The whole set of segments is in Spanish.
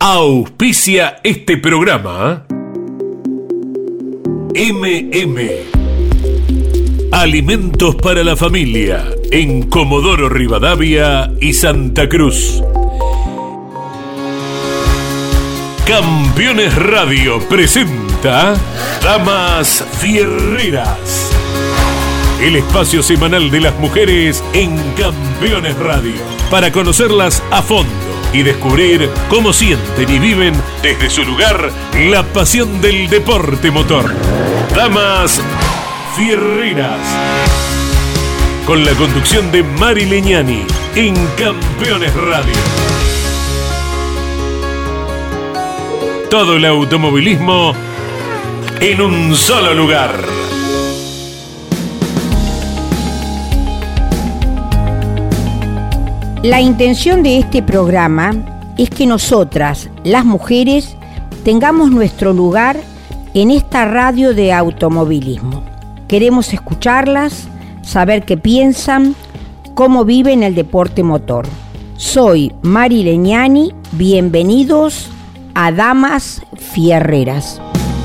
Auspicia este programa Alimentos para la Familia en Comodoro Rivadavia y Santa Cruz. Campeones Radio presenta Damas Fierreras, el espacio semanal de las mujeres en Campeones Radio, para conocerlas a fondo y descubrir cómo sienten y viven desde su lugar la pasión del deporte motor. Damas Fierreras, con la conducción de Mari Leñani en Campeones Radio. Todo el automovilismo en un solo lugar. La intención de este programa es que nosotras, las mujeres, tengamos nuestro lugar en esta radio de automovilismo. Queremos escucharlas, saber qué piensan, cómo viven el deporte motor. Soy Mari Leñani, bienvenidos a Damas Fierreras.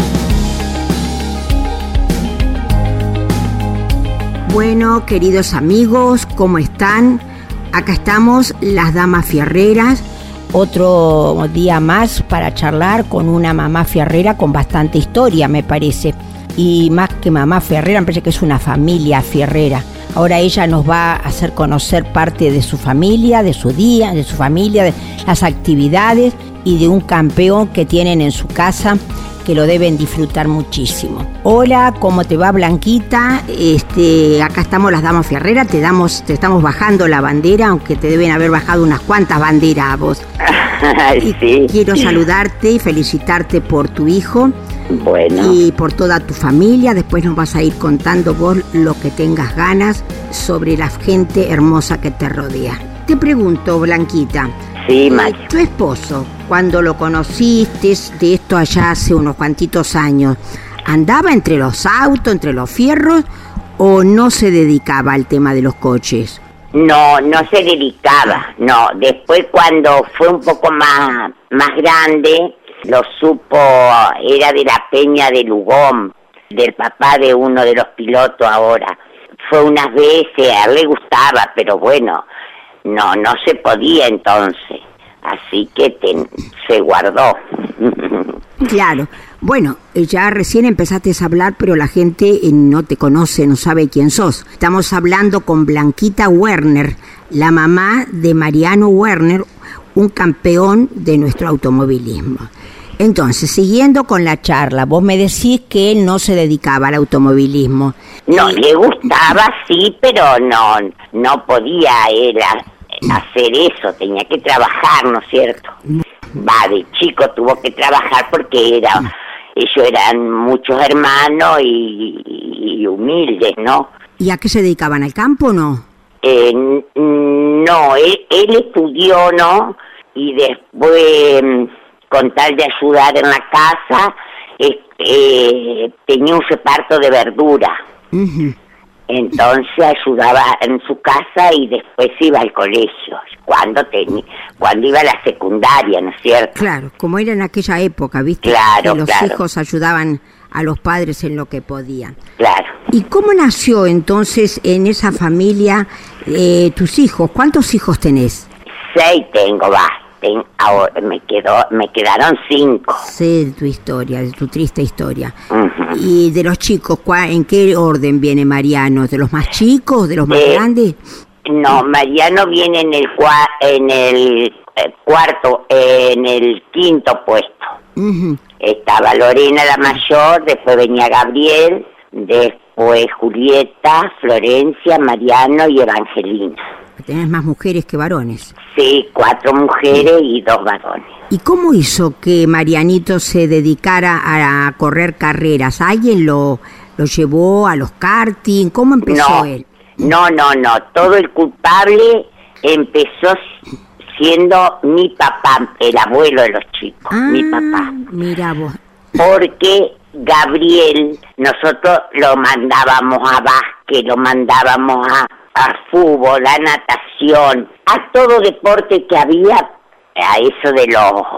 Bueno, queridos amigos, ¿cómo están? Acá estamos, las Damas Fierreras, otro día más para charlar con una mamá fierrera con bastante historia, me parece. Y más que mamá fierrera, me parece que es una familia fierrera. Ahora ella nos va a hacer conocer parte de su familia, de su día, de su familia, de las actividades y de un campeón que tienen en su casa, que lo deben disfrutar muchísimo. Hola, ¿cómo te va, Blanquita? Acá estamos las Damas Fierreras, te estamos bajando la bandera, aunque te deben haber bajado unas cuantas banderas a vos. Sí. Quiero saludarte y felicitarte por tu hijo. Bueno. Y por toda tu familia. Después nos vas a ir contando vos lo que tengas ganas sobre la gente hermosa que te rodea. Te pregunto, Blanquita. Sí, Mario. Tu esposo, cuando lo conociste, de esto allá hace unos cuantitos años, ¿andaba entre los autos, entre los fierros, o no se dedicaba al tema de los coches? No se dedicaba, no. Después, cuando fue un poco más grande, lo supo, era de la Peña de Lugón, del papá de uno de los pilotos ahora. Fue unas veces, a él le gustaba, pero bueno, no se podía entonces, así que se guardó. Claro, bueno, ya recién empezaste a hablar, pero la gente no te conoce, no sabe quién sos. Estamos hablando con Blanquita Werner, la mamá de Mariano Werner, un campeón de nuestro automovilismo. Entonces, siguiendo con la charla, vos me decís que él no se dedicaba al automovilismo. No, le gustaba, sí, pero no podía él hacer eso, tenía que trabajar, ¿no es cierto? De chico tuvo que trabajar porque ellos eran muchos hermanos y humildes, ¿no? ¿Y a qué se dedicaban? ¿Al campo o no? No, él estudió, ¿no? Y después, con tal de ayudar en la casa, tenía un reparto de verdura. Uh-huh. Entonces ayudaba en su casa y después iba al colegio, cuando iba a la secundaria, ¿no es cierto? Claro, como era en aquella época, ¿viste? Claro, que los hijos ayudaban a los padres en lo que podían. Claro. ¿Y cómo nació entonces en esa familia tus hijos? ¿Cuántos hijos tenés? 6 tengo, ahora me quedaron 5. Sé de tu historia, de tu triste historia. Uh-huh. Y de los chicos, ¿en qué orden viene Mariano? ¿De los más chicos, de los más grandes? No, Mariano viene en el cuarto, en el 5º puesto. Uh-huh. Estaba Lorena, la mayor, después venía Gabriel, después Julieta, Florencia, Mariano y Evangelina. ¿Tenés más mujeres que varones? Sí, 4 mujeres y 2 varones. ¿Y cómo hizo que Marianito se dedicara a correr carreras? ¿Alguien lo llevó a los karting? ¿Cómo empezó él? No. Todo el culpable empezó siendo mi papá, el abuelo de los chicos, mi papá. Mira vos. Porque Gabriel, nosotros lo mandábamos a básquet, lo mandábamos a fútbol, a natación, a todo deporte que había, a eso de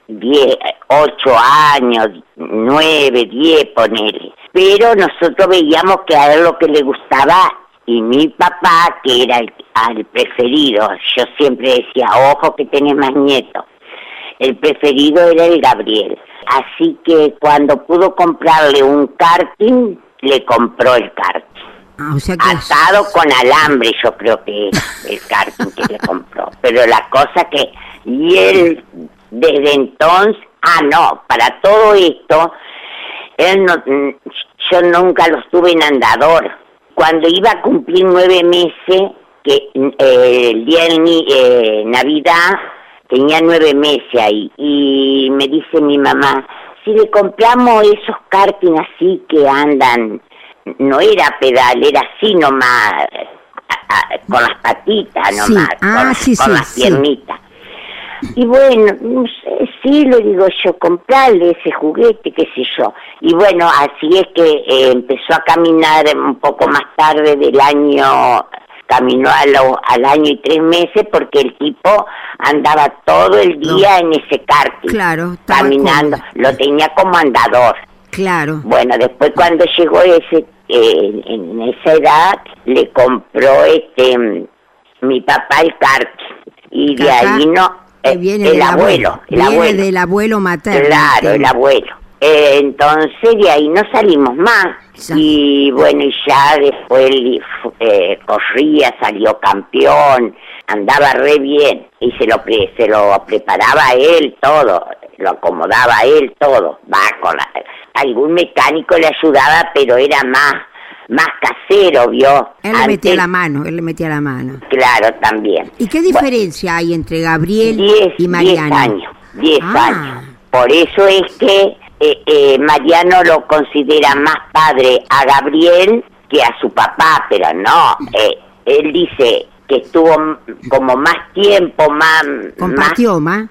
10, 8 años, 9, 10, ponele. Pero nosotros veíamos que a él lo que le gustaba, y mi papá, que era el preferido, yo siempre decía, ojo que tenés más nietos, el preferido era el Gabriel. Así que cuando pudo comprarle un karting, le compró el karting. O sea que atado con alambre, yo creo que es el karting que le compró. Pero la cosa que... Y él, desde entonces... para todo esto, él no, yo nunca lo tuve en andador. Cuando iba a cumplir 9 meses, que el día de Navidad, tenía 9 meses ahí, y me dice mi mamá, si le compramos esos karting así que andan, no era pedal, era así nomás, con las patitas nomás, con las piernitas. Y bueno, no sé, sí, le digo yo, comprarle ese juguete, qué sé yo. Y bueno, así es que empezó a caminar un poco más tarde del año, caminó al año y 3 meses, porque el tipo andaba todo el día en ese karting, claro, caminando, lo tenía como andador. Claro. Bueno, después cuando llegó en esa edad, le compró mi papá el karting, y de ahí no... viene el abuelo. Del abuelo materno. Claro, el abuelo. Entonces de ahí no salimos más. Ya. Y bueno, y ya después corría, salió campeón, andaba re bien. Y se lo preparaba él todo, lo acomodaba él todo. Algún mecánico le ayudaba, pero era más casero, ¿vio? Él le metía la mano. Claro, también. ¿Y qué diferencia hay entre Gabriel y Mariano? 10 años. Por eso es que Mariano lo considera más padre a Gabriel que a su papá, pero no. Él dice que estuvo como más tiempo, compartió más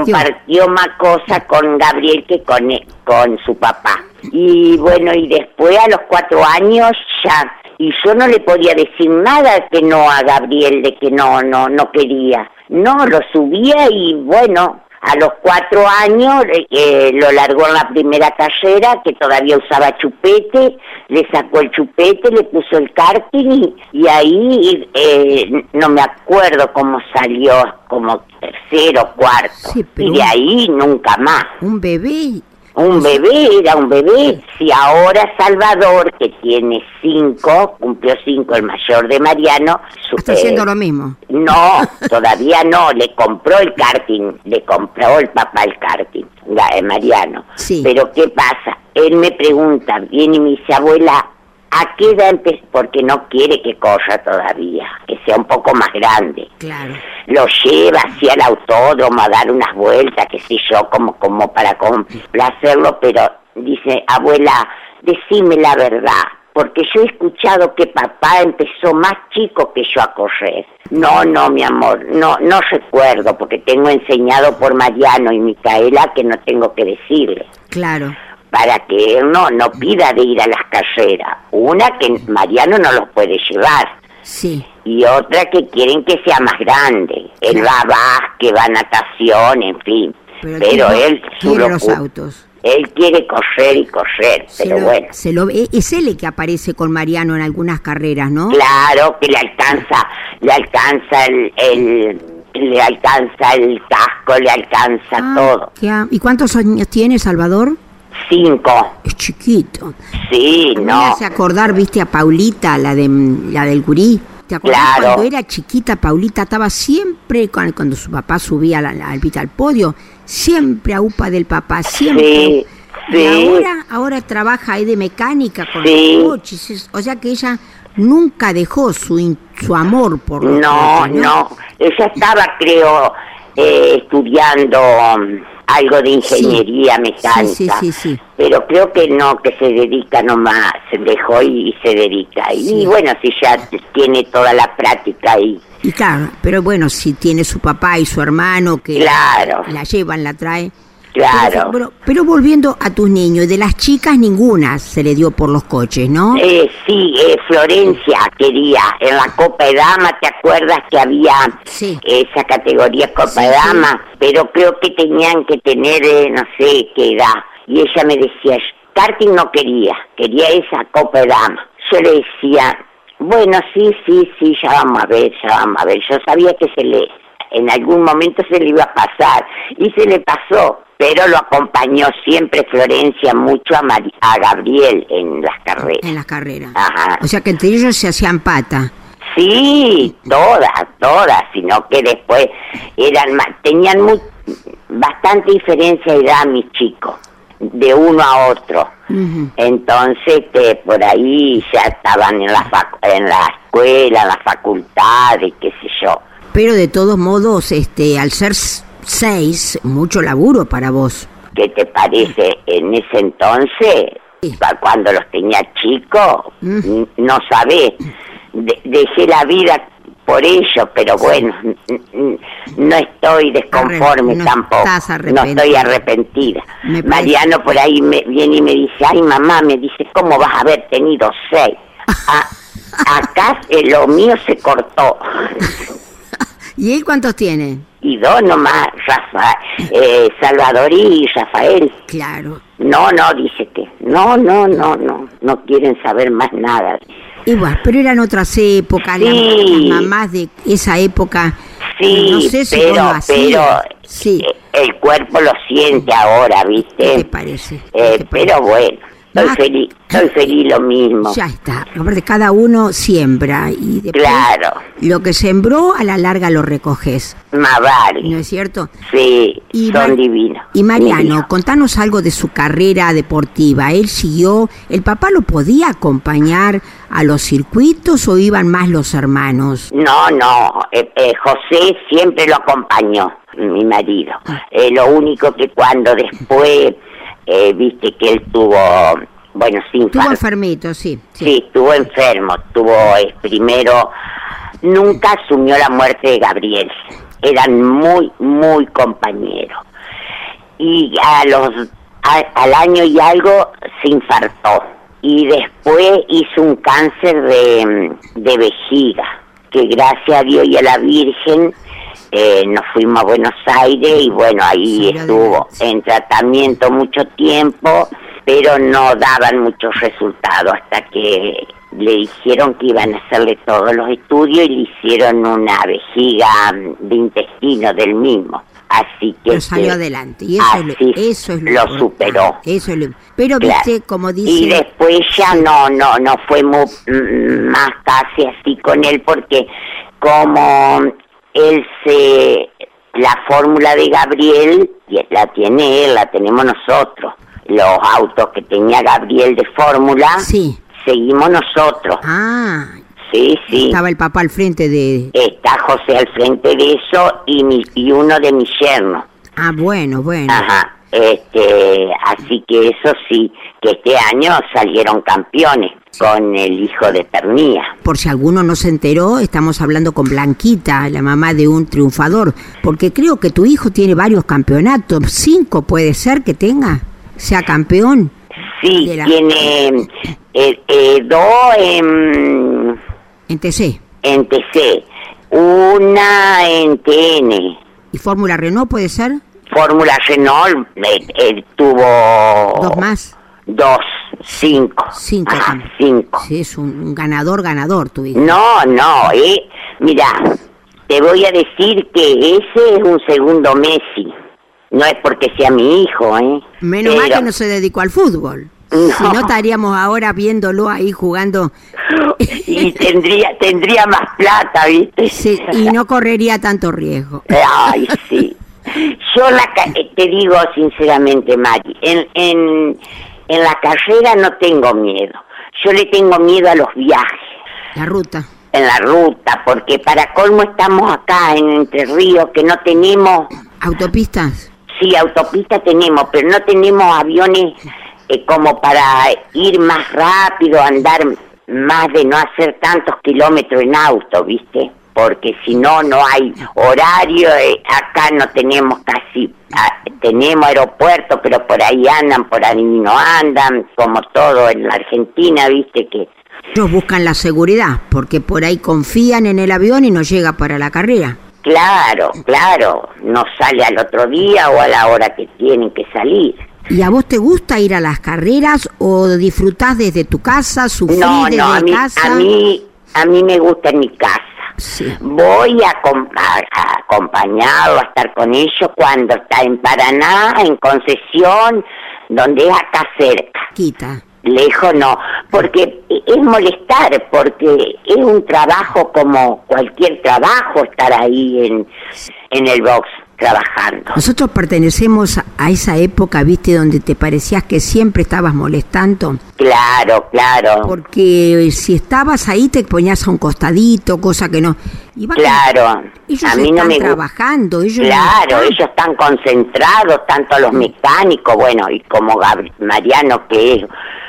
cosas con Gabriel que con su papá. Y bueno, y después a los 4 años ya, y yo no le podía decir nada que no a Gabriel, de que no quería. No, lo subía y bueno, a los 4 años lo largó en la primera carrera, que todavía usaba chupete, le sacó el chupete, le puso el karting y ahí no me acuerdo cómo salió, como 3º, 4º, sí, y de ahí nunca más. Un bebé. Era un bebé. Si ahora Salvador, que tiene 5, cumplió 5, el mayor de Mariano... ¿Está haciendo lo mismo? No, todavía no, le compró el karting, le compró el papá el karting, Mariano. Sí. Pero ¿qué pasa? Él me pregunta, viene y me dice, abuela, ¿a qué edad empezó? Porque no quiere que corra todavía, que sea un poco más grande. Claro. Lo lleva hacia el autódromo a dar unas vueltas, qué sé yo, como para complacerlo, pero dice, abuela, decime la verdad, porque yo he escuchado que papá empezó más chico que yo a correr. No, mi amor, no recuerdo, porque tengo enseñado por Mariano y Micaela que no tengo que decirle. Claro. Para que él no pida de ir a las carreras. Una, que Mariano no los puede llevar. Sí. Y otra, que quieren que sea más grande. Él va a básquet, va a natación, en fin. Pero él quiere los autos. Él quiere correr, pero bueno. Es él el que aparece con Mariano en algunas carreras, ¿no? Claro, que le alcanza el casco, le alcanza todo. ¿Y cuántos años tiene Salvador? 5. Es chiquito. Sí, me hace acordar, viste, a Paulita, la del gurí. ¿Te acuerdas? Claro. Cuando era chiquita, Paulita estaba siempre, cuando su papá subía al podio, siempre a upa del papá, siempre. Sí, y ahora trabaja ahí de mecánica con los coches. O sea que ella nunca dejó su amor por los coches, ¿no? No. Ella estaba, creo, estudiando algo de ingeniería mecánica. Sí. Pero creo que no, que se dedica nomás, se dejó y se dedica. Y bueno, si ya tiene toda la práctica ahí. Y claro, pero bueno, si tiene su papá y su hermano que la llevan, la traen. Claro. Pero volviendo a tus niños, de las chicas ninguna se le dio por los coches, ¿no? Sí, Florencia quería, en la Copa de Dama, ¿te acuerdas que había esa categoría Copa de Dama? Pero creo que tenían que tener, no sé qué edad. Y ella me decía, karting no quería esa Copa de Dama. Yo le decía, bueno, sí, ya vamos a ver. Yo sabía que en algún momento se le iba a pasar, y se le pasó. Pero lo acompañó siempre Florencia mucho a Gabriel en las carreras. En las carreras. Ajá. O sea que entre ellos se hacían pata. Sí, todas, sino que después tenían bastante diferencia de edad mis chicos, de uno a otro. Uh-huh. Entonces, por ahí ya estaban en la escuela, en la facultad, qué sé yo. Pero de todos modos, al ser 6, mucho laburo para vos. ¿Qué te parece? En ese entonces, cuando los tenía chicos, no sabés, dejé la vida por ello, pero bueno, no estoy desconforme tampoco, no estoy arrepentida. Mariano por ahí viene y me dice, ay mamá, me dice, ¿cómo vas a haber tenido 6? Acá lo mío se cortó. ¿Y él cuántos tiene? Y 2 nomás, Salvador y Rafael. Claro. No, dice que no quieren saber más nada. Igual, pero eran otras épocas, las mamás de esa época. Sí, no sé si pero el cuerpo lo siente ahora, ¿viste? ¿Qué te parece? Pero bueno. Estoy feliz lo mismo. Ya está. Aparte, cada uno siembra y después lo que sembró a la larga lo recoges. Más vale. ¿No es cierto? Sí, son divinos. Y Mariano, contanos algo de su carrera deportiva. ¿El papá lo podía acompañar a los circuitos o iban más los hermanos? No, José siempre lo acompañó, mi marido. Lo único que cuando después... viste que él tuvo estuvo enfermito, sí, estuvo enfermo, primero, nunca asumió la muerte de Gabriel, eran muy compañeros, y al año y algo se infartó, y después hizo un cáncer de vejiga, que gracias a Dios y a la Virgen nos fuimos a Buenos Aires y bueno, ahí estuvo en tratamiento mucho tiempo, pero no daban muchos resultados hasta que le dijeron que iban a hacerle todos los estudios y le hicieron una vejiga de intestino del mismo. Así que pero salió adelante y eso es lo superó. Eso es pero viste, como dice, y después ya no fue más casi así con él, porque como la fórmula de Gabriel la tiene él, la tenemos nosotros. Los autos que tenía Gabriel de fórmula, seguimos nosotros. Sí. Estaba el papá al frente de... Está José al frente de eso y uno de mis yernos. Bueno. Ajá. Así que eso sí, que este año salieron campeones con el hijo de Pernía. Por si alguno no se enteró, estamos hablando con Blanquita, la mamá de un triunfador, porque creo que tu hijo tiene varios campeonatos, 5 puede ser que sea campeón. Sí, tiene 2 en TC. En TC, una en TN. ¿Y Fórmula Renault puede ser? Fórmula Renault tuvo... 2 más. 5. 5. Sí, es un ganador tu hijo. No, mira, te voy a decir que ese es un segundo Messi. No es porque sea mi hijo, Menos mal que no se dedicó al fútbol. No. Si no, estaríamos ahora viéndolo ahí jugando. Y tendría más plata, ¿viste? Sí, y no correría tanto riesgo. Ay, sí. Yo te digo sinceramente, Mari, en la carrera no tengo miedo. Yo le tengo miedo a los viajes. La ruta. En la ruta, porque para colmo estamos acá en Entre Ríos, que no tenemos... ¿Autopistas? Sí, autopistas tenemos, pero no tenemos aviones como para ir más rápido, andar más de no hacer tantos kilómetros en auto, ¿viste? porque si no, no hay horario. Acá no tenemos casi, tenemos aeropuerto, pero por ahí andan, por ahí no andan, como todo en la Argentina, viste que... Ellos buscan la seguridad, porque por ahí confían en el avión y no llega para la carrera. Claro, no sale al otro día o a la hora que tienen que salir. ¿Y a vos te gusta ir a las carreras o disfrutás desde tu casa, sufrís desde casa? A mí me gusta en mi casa. Sí. Voy acompañado a estar con ellos cuando está en Paraná, en Concesión, donde es acá cerca. Quita. Lejos no, porque es molestar, porque es un trabajo como cualquier trabajo estar ahí en el box trabajando. Nosotros pertenecemos a esa época, viste, donde te parecías que siempre estabas molestando. Claro. Porque si estabas ahí te ponías a un costadito, cosa que no... Claro. Ellos a mí están no me trabajando. Ellos ellos están concentrados, tanto los mecánicos, bueno, y como Mariano, que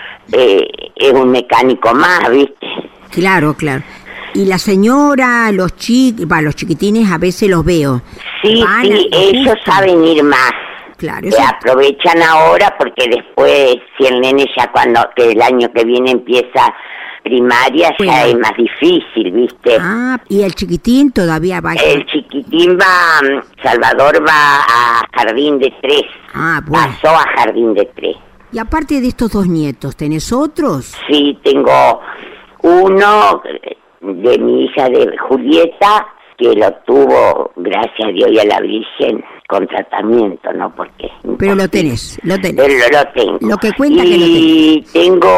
es un mecánico más, viste. Claro. Y la señora, los chiquitines a veces los veo. Sí, ellos saben ir más. Claro. Aprovechan ahora porque después, si el nene ya que el año que viene empieza primaria, ya es más difícil, ¿viste? ¿Y el chiquitín todavía va? El chiquitín Salvador va a Jardín de 3. Bueno. Pasó a Jardín de 3. Y aparte de estos 2 nietos, ¿tenés otros? Sí, tengo uno de mi hija de Julieta, que lo tuvo, gracias a Dios y a la Virgen, con tratamiento, ¿no? Porque... Pero lo tenés. Pero lo tengo. Lo que cuenta que lo tenés. Y tengo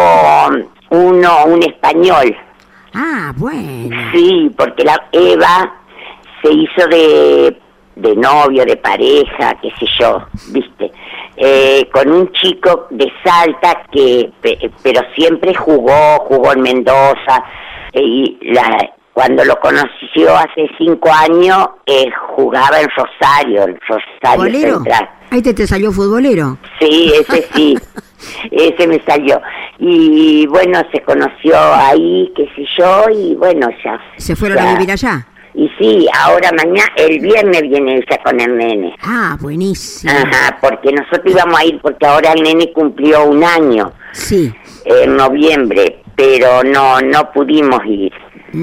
un español. Bueno. Sí, porque la Eva se hizo de novio, de pareja, qué sé yo, ¿viste? Con un chico de Salta pero siempre jugó en Mendoza, y cuando lo conoció hace 5 años, jugaba en Rosario ¿Bolero? Central. Ahí te salió futbolero. Sí, ese sí, ese me salió. Y bueno, se conoció ahí, qué sé yo, y bueno, ya... ¿Se fueron a vivir allá? Y sí, ahora el viernes viene ella con el nene. Buenísimo. Ajá, porque nosotros íbamos a ir, porque ahora el nene cumplió 1 año. Sí. En noviembre, pero no pudimos ir.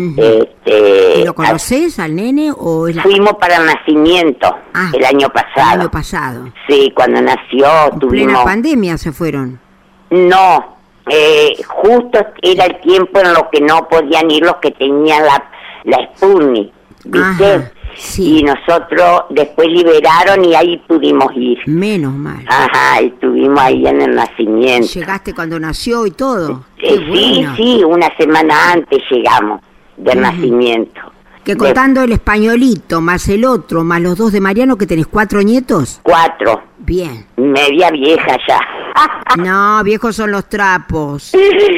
¿Y lo conocés al nene o es Fuimos para el nacimiento el año pasado. El año pasado. Sí, cuando nació tuvimos... ¿Plena pandemia se fueron? No, justo era el tiempo en lo que no podían ir los que tenían la Sputnik, ¿viste? Ajá, sí. Y nosotros después liberaron y ahí pudimos ir. Menos mal. Ajá, y estuvimos ahí en el nacimiento. ¿Llegaste cuando nació y todo? Sí, una semana antes llegamos del nacimiento. Que contando el españolito, más el otro, más los 2 de Mariano, que tenés 4 nietos. 4. Bien. Media vieja ya. No, viejos son los trapos.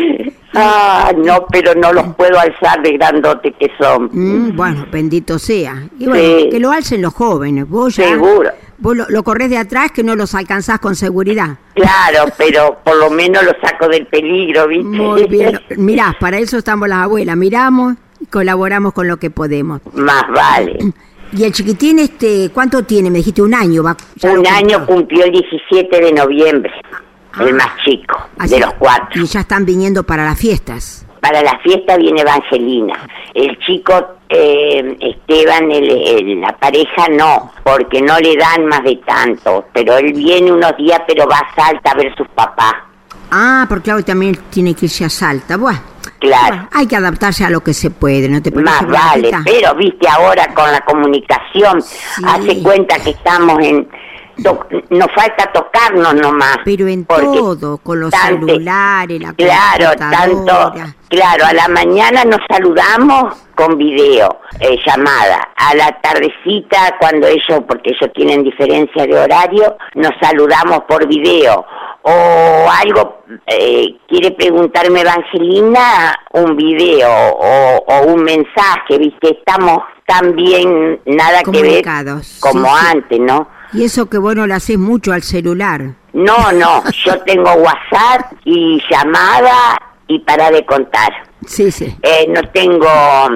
No, pero no los puedo alzar de grandote que son. Bueno, bendito sea. Y bueno, sí, que lo alcen los jóvenes. Vos ya... Seguro. Vos lo corres de atrás, que no los alcanzás con seguridad. Claro, pero por lo menos lo saco del peligro, ¿viste? Muy bien. Mirá, para eso estamos las abuelas. Miramos y colaboramos con lo que podemos. Más vale. ¿Y el chiquitín cuánto tiene? Me dijiste 1 año. Un año cumplió el 17 de noviembre. El más chico, de los 4. Y ya están viniendo para las fiestas. Para la fiesta viene Evangelina. El chico Esteban, la pareja no, porque no le dan más de tanto. Pero él viene unos días, pero va a Salta a ver a sus papás. Porque claro, también tiene que irse a Salta. Bueno, claro. Hay que adaptarse a lo que se puede, ¿no te parece? Más vale, pero viste ahora con la comunicación, sí, hace cuenta que estamos nos falta tocarnos nomás. Pero en todo, con los celulares, la computadora. Claro, a la mañana nos saludamos con video, llamada. A la tardecita, porque ellos tienen diferencia de horario, nos saludamos por video. O algo, quiere preguntarme Evangelina, un video o un mensaje, ¿viste? Estamos tan bien, nada que ver como antes, ¿no? Y eso que vos no le hacés mucho al celular. No, yo tengo WhatsApp y llamada y para de contar. Sí. No tengo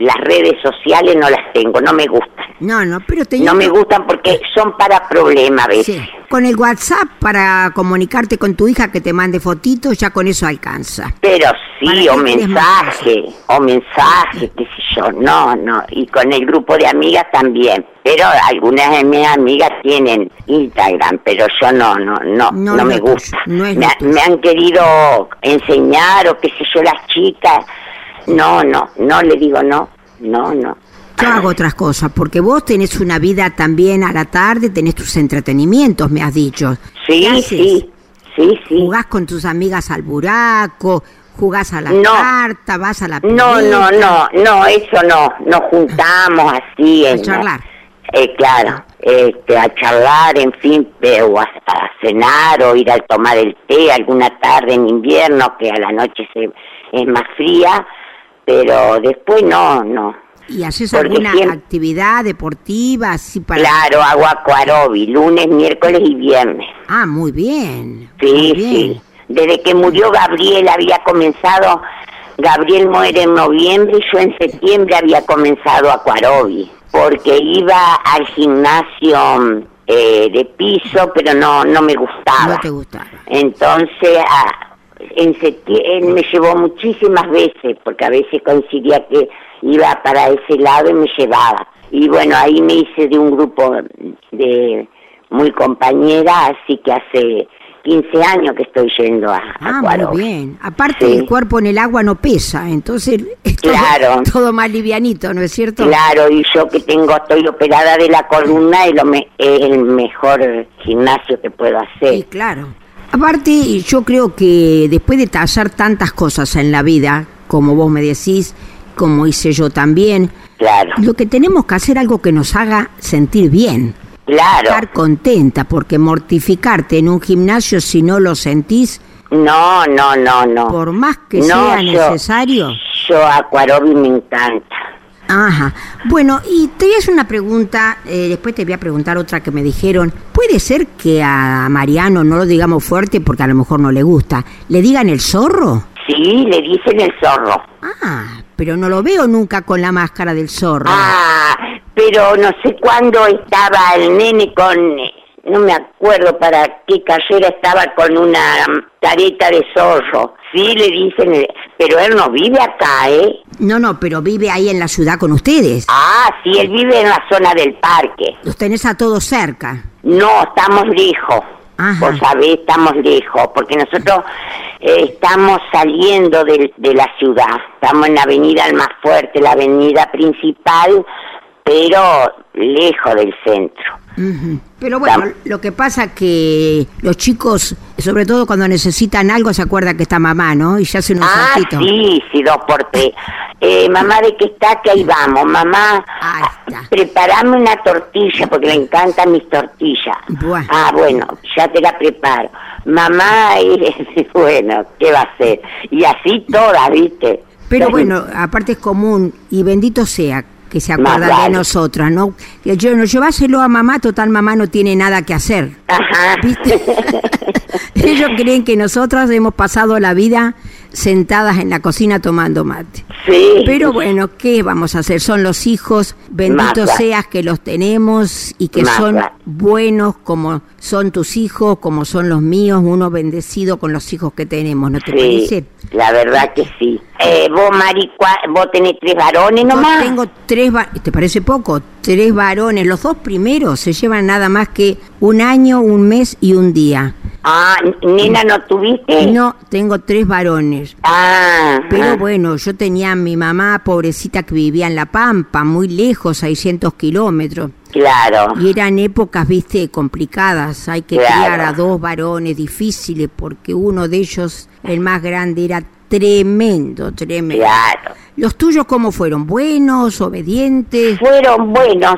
las redes sociales no las tengo, no me gustan. No, pero no me gustan porque son para problemas a veces. Sí. Con el WhatsApp para comunicarte con tu hija que te mande fotitos, ya con eso alcanza. Pero sí, o mensaje, qué sé yo, no, y con el grupo de amigas también. Pero algunas de mis amigas tienen Instagram, pero yo no me gusta. Me han querido enseñar o qué sé yo las chicas. No, le digo no. Yo hago otras cosas, porque vos tenés una vida también a la tarde, tenés tus entretenimientos, me has dicho. Sí. ¿Jugás con tus amigas al buraco? ¿Jugás a la carta? ¿Vas a la pileta? No, eso no. Nos juntamos así. A charlar. Claro, a charlar, en fin, o a cenar o ir a tomar el té alguna tarde en invierno, que a la noche es más fría, pero después no. ¿Y haces alguna actividad deportiva así para...? Claro, hago aquarobi, lunes, miércoles y viernes. Ah, muy bien. Sí. Desde que murió Gabriel Gabriel muere en noviembre y yo en septiembre había comenzado aquarobi, porque iba al gimnasio de piso, pero no me gustaba. No te gustaba. Entonces, en septiembre él me llevó muchísimas veces, porque a veces coincidía que iba para ese lado y me llevaba. Y bueno, ahí me hice de un grupo de muy compañera, así que hace 15 años que estoy yendo a aquarobi. Muy bien. Aparte, el cuerpo en el agua no pesa, entonces es todo más livianito, ¿no es cierto? Claro, y yo que estoy operada de la columna, es el mejor gimnasio que puedo hacer. Sí, claro. Aparte, yo creo que después de tallar tantas cosas en la vida, como vos me decís, como hice yo también, lo que tenemos que hacer es algo que nos haga sentir bien. Claro. Estar contenta, porque mortificarte en un gimnasio si no lo sentís... No. Por más que sea necesario... Yo aquarobi me encanta. Ajá. Bueno, y te voy a hacer una pregunta, después te voy a preguntar otra que me dijeron. ¿Puede ser que a Mariano, no lo digamos fuerte porque a lo mejor no le gusta, le digan el zorro? Sí, le dicen el zorro. Ah, pero no lo veo nunca con la máscara del zorro. Ah, pero no sé cuándo estaba el nene no me acuerdo para qué carrera estaba con una careta de zorro. Sí, le dicen, pero él no vive acá, ¿eh? No, pero vive ahí en la ciudad con ustedes. Ah, sí, él vive en la zona del parque. ¿Los tenés a todos cerca? No, estamos lejos. Ajá. Vos sabés, estamos lejos, porque nosotros estamos saliendo de la ciudad. Estamos en la avenida Almafuerte, la avenida principal, pero lejos del centro. Uh-huh. Pero bueno, lo que pasa que los chicos, sobre todo cuando necesitan algo, se acuerdan que está mamá, ¿no? Y ya hacen un saltito. Sí, 2x3. Mamá, ¿de qué está? Que ahí vamos. Mamá, prepárame una tortilla, porque me encantan mis tortillas. Bueno. Ah, bueno, ya te la preparo. Mamá, bueno, ¿qué va a hacer? Y así todas, ¿viste? Pero bueno, aparte es común, y bendito sea que se acuerdan de nosotras, ¿no? Lleváselo a mamá, total mamá no tiene nada que hacer. Ajá. ¿Viste? Ellos creen que nosotras hemos pasado la vida sentadas en la cocina tomando mate. Sí. Pero bueno, ¿qué vamos a hacer? Son los hijos, bendito seas que los tenemos y que son buenos como son tus hijos, como son los míos, uno bendecido con los hijos que tenemos, ¿no te parece? La verdad que sí. Vos, Mari, vos tenés 3 varones nomás. Yo tengo 3 varones, ¿te parece poco? 3 varones, los 2 primeros se llevan nada más que 1 año, 1 mes y 1 día. Ah, nena, ¿no tuviste? No, tengo 3 varones. Ah. Pero bueno, yo tenía a mi mamá, pobrecita, que vivía en La Pampa, muy lejos, 600 kilómetros. Claro. Y eran épocas, viste, complicadas. Hay que criar a 2 varones difíciles, porque uno de ellos, el más grande, era tremendo. Claro. ¿Los tuyos cómo fueron? ¿Buenos, obedientes? Fueron buenos.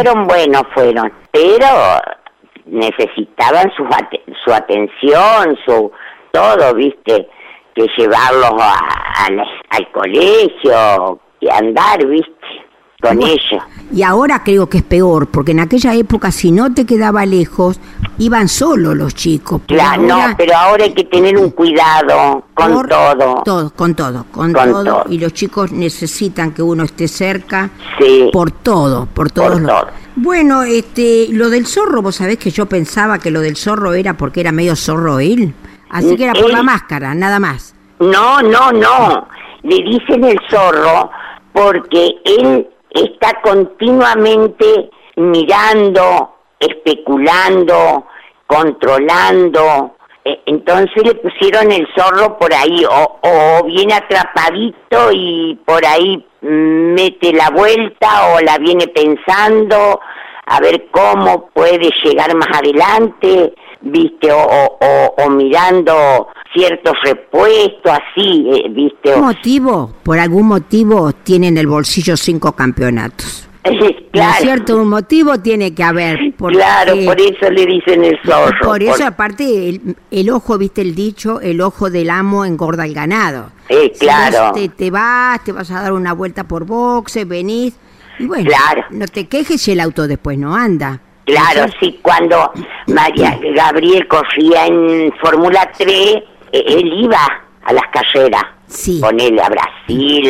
Pero necesitaban su atención, todo, viste, que llevarlos al colegio, que andar, viste. con ella. Y ahora creo que es peor, porque en aquella época si no te quedaba lejos, iban solos los chicos. Claro, ahora, no, pero ahora hay que tener un cuidado con todo. Con todo. Y los chicos necesitan que uno esté cerca, sí, por todo. Bueno, lo del zorro, vos sabés que yo pensaba que lo del zorro era porque era medio zorro él, así que era por la máscara, nada más. No, le dicen el zorro porque él está continuamente mirando, especulando, controlando. Entonces le pusieron el zorro por ahí, o viene atrapadito y por ahí mete la vuelta, o la viene pensando a ver cómo puede llegar más adelante, viste, o mirando ciertos repuestos, así, viste. Por algún motivo tiene en el bolsillo 5 campeonatos. Claro. ¿No es cierto? Un motivo tiene que haber. Claro, por eso le dicen el zorro. Por eso, aparte, el ojo, viste el dicho, el ojo del amo engorda el ganado. Claro. Si te vas a dar una vuelta por boxe, venís, y bueno, claro, no te quejes si el auto después no anda. Claro, sí, cuando María Gabriel corría en Fórmula 3, él iba a las carreras, sí, ponele a Brasil,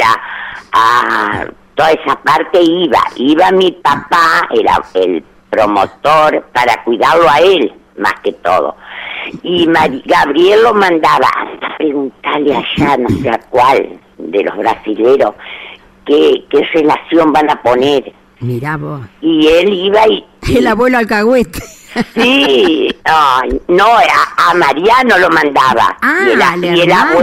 a toda esa parte iba mi papá, era el promotor, para cuidarlo a él, más que todo. Y Gabriel lo mandaba a preguntarle allá, no sé a cuál de los brasileros, qué relación van a poner. Mirá vos. Y él iba y... El abuelo alcahuete. Sí, no, a Mariano lo mandaba. Y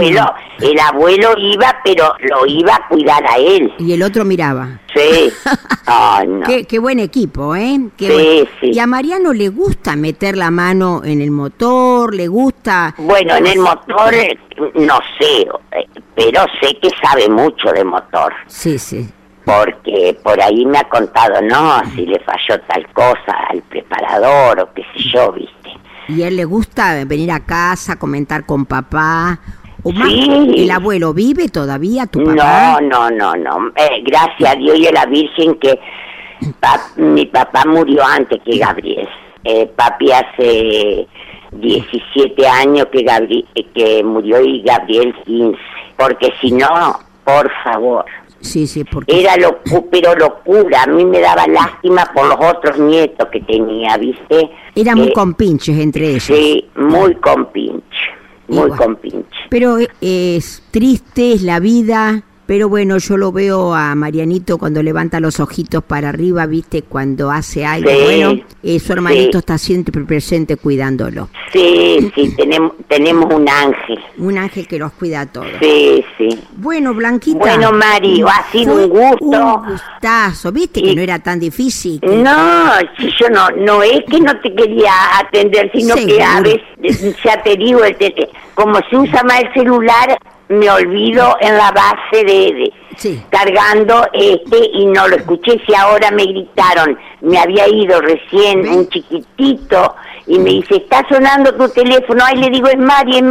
el abuelo iba, pero lo iba a cuidar a él. Y el otro miraba. Sí. No. Qué buen equipo, ¿eh? Sí. ¿Y a Mariano le gusta meter la mano en el motor? ¿Le gusta? Bueno, en el motor no sé, pero sé que sabe mucho de motor. Sí. Porque por ahí me ha contado, no, si le falló tal cosa al preparador o qué sé yo, viste. ¿Y a él le gusta venir a casa, comentar con papá? ¿O más, sí. ¿El abuelo vive todavía, tu papá? No. Gracias a Dios y a la Virgen que mi papá murió antes que Gabriel. Papi hace 17 años que murió y Gabriel 15. Porque si no, por favor... Sí, porque... Era pero locura, a mí me daba lástima por los otros nietos que tenía, ¿viste? Eran muy compinches entre ellos. Sí, muy compinche, compinche. Pero es triste, es la vida, pero bueno, yo lo veo a Marianito cuando levanta los ojitos para arriba, ¿viste? Cuando hace algo bueno, su hermanito está siempre presente cuidándolo. Sí, tenemos un ángel. Un ángel que los cuida a todos. Sí. Bueno, Blanquita. Bueno, Mari, ha sido un gusto. Un gustazo, ¿viste? Que no era tan difícil. No, si yo no es que no te quería atender, sino que a veces, ya te digo, como se usa más el celular, me olvido en la base de cargando y no lo escuché. Si ahora me gritaron, me había ido recién un chiquitito y me dice, está sonando tu teléfono. Ay, le digo, es Mari.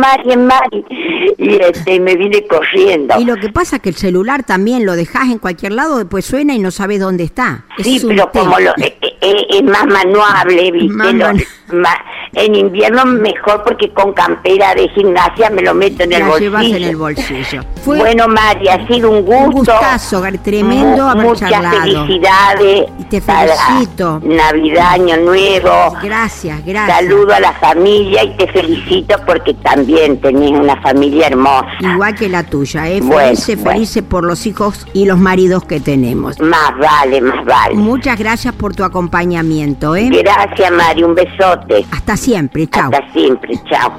Y me vine corriendo. Y lo que pasa es que el celular también lo dejás en cualquier lado, después suena y no sabes dónde está. Sí, pero como es más manuable, ¿viste? En invierno mejor porque con campera de gimnasia me lo meto en el bolsillo. La llevas en el bolsillo. Bueno, Mari, ha sido un gusto. Un gustazo, tremendo haber charlado. Muchas felicidades. Y te felicito. Navidad, Año Nuevo. Gracias. Saludo a la familia y te felicito porque también tenés una familia hermosa. Igual que la tuya, felices por los hijos y los maridos que tenemos. Más vale. Muchas gracias por tu acompañamiento, Gracias, Mari, un besote. Hasta siempre, chao. Hasta siempre, chao.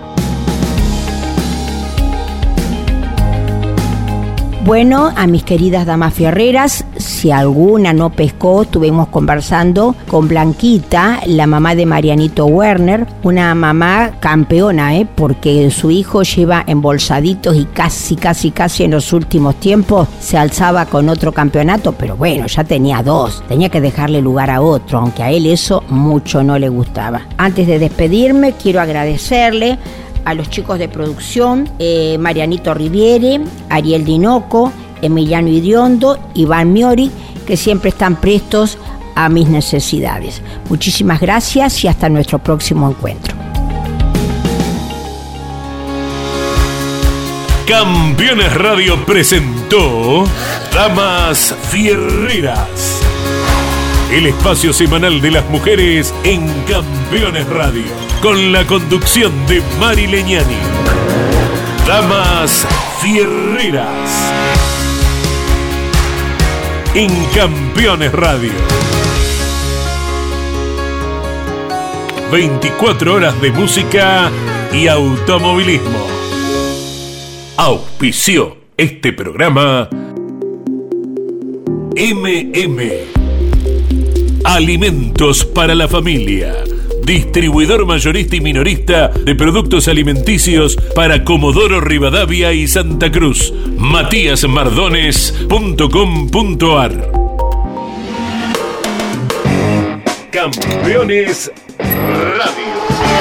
Bueno, a mis queridas damas fierreras, si alguna no pescó, estuvimos conversando con Blanquita, la mamá de Marianito Werner, una mamá campeona, porque su hijo lleva embolsaditos y casi en los últimos tiempos se alzaba con otro campeonato, pero bueno, ya tenía 2, tenía que dejarle lugar a otro, aunque a él eso mucho no le gustaba. Antes de despedirme, quiero agradecerle a los chicos de producción, Marianito Riviere, Ariel Dinoco, Emiliano Idriondo, Iván Miori que siempre están prestos a mis necesidades. Muchísimas gracias y hasta nuestro próximo encuentro. Campeones Radio presentó Damas Fierreras, el espacio semanal de las mujeres en Campeones Radio, con la conducción de Mari Leñani. Damas Fierreras en Campeones Radio. 24 horas de música y automovilismo. Auspició este programa Alimentos para la Familia, distribuidor mayorista y minorista de productos alimenticios para Comodoro Rivadavia y Santa Cruz. Matíasmardones.com.ar. Campeones Radio.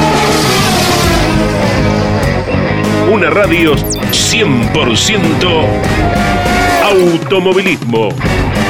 Una radio 100% automovilismo.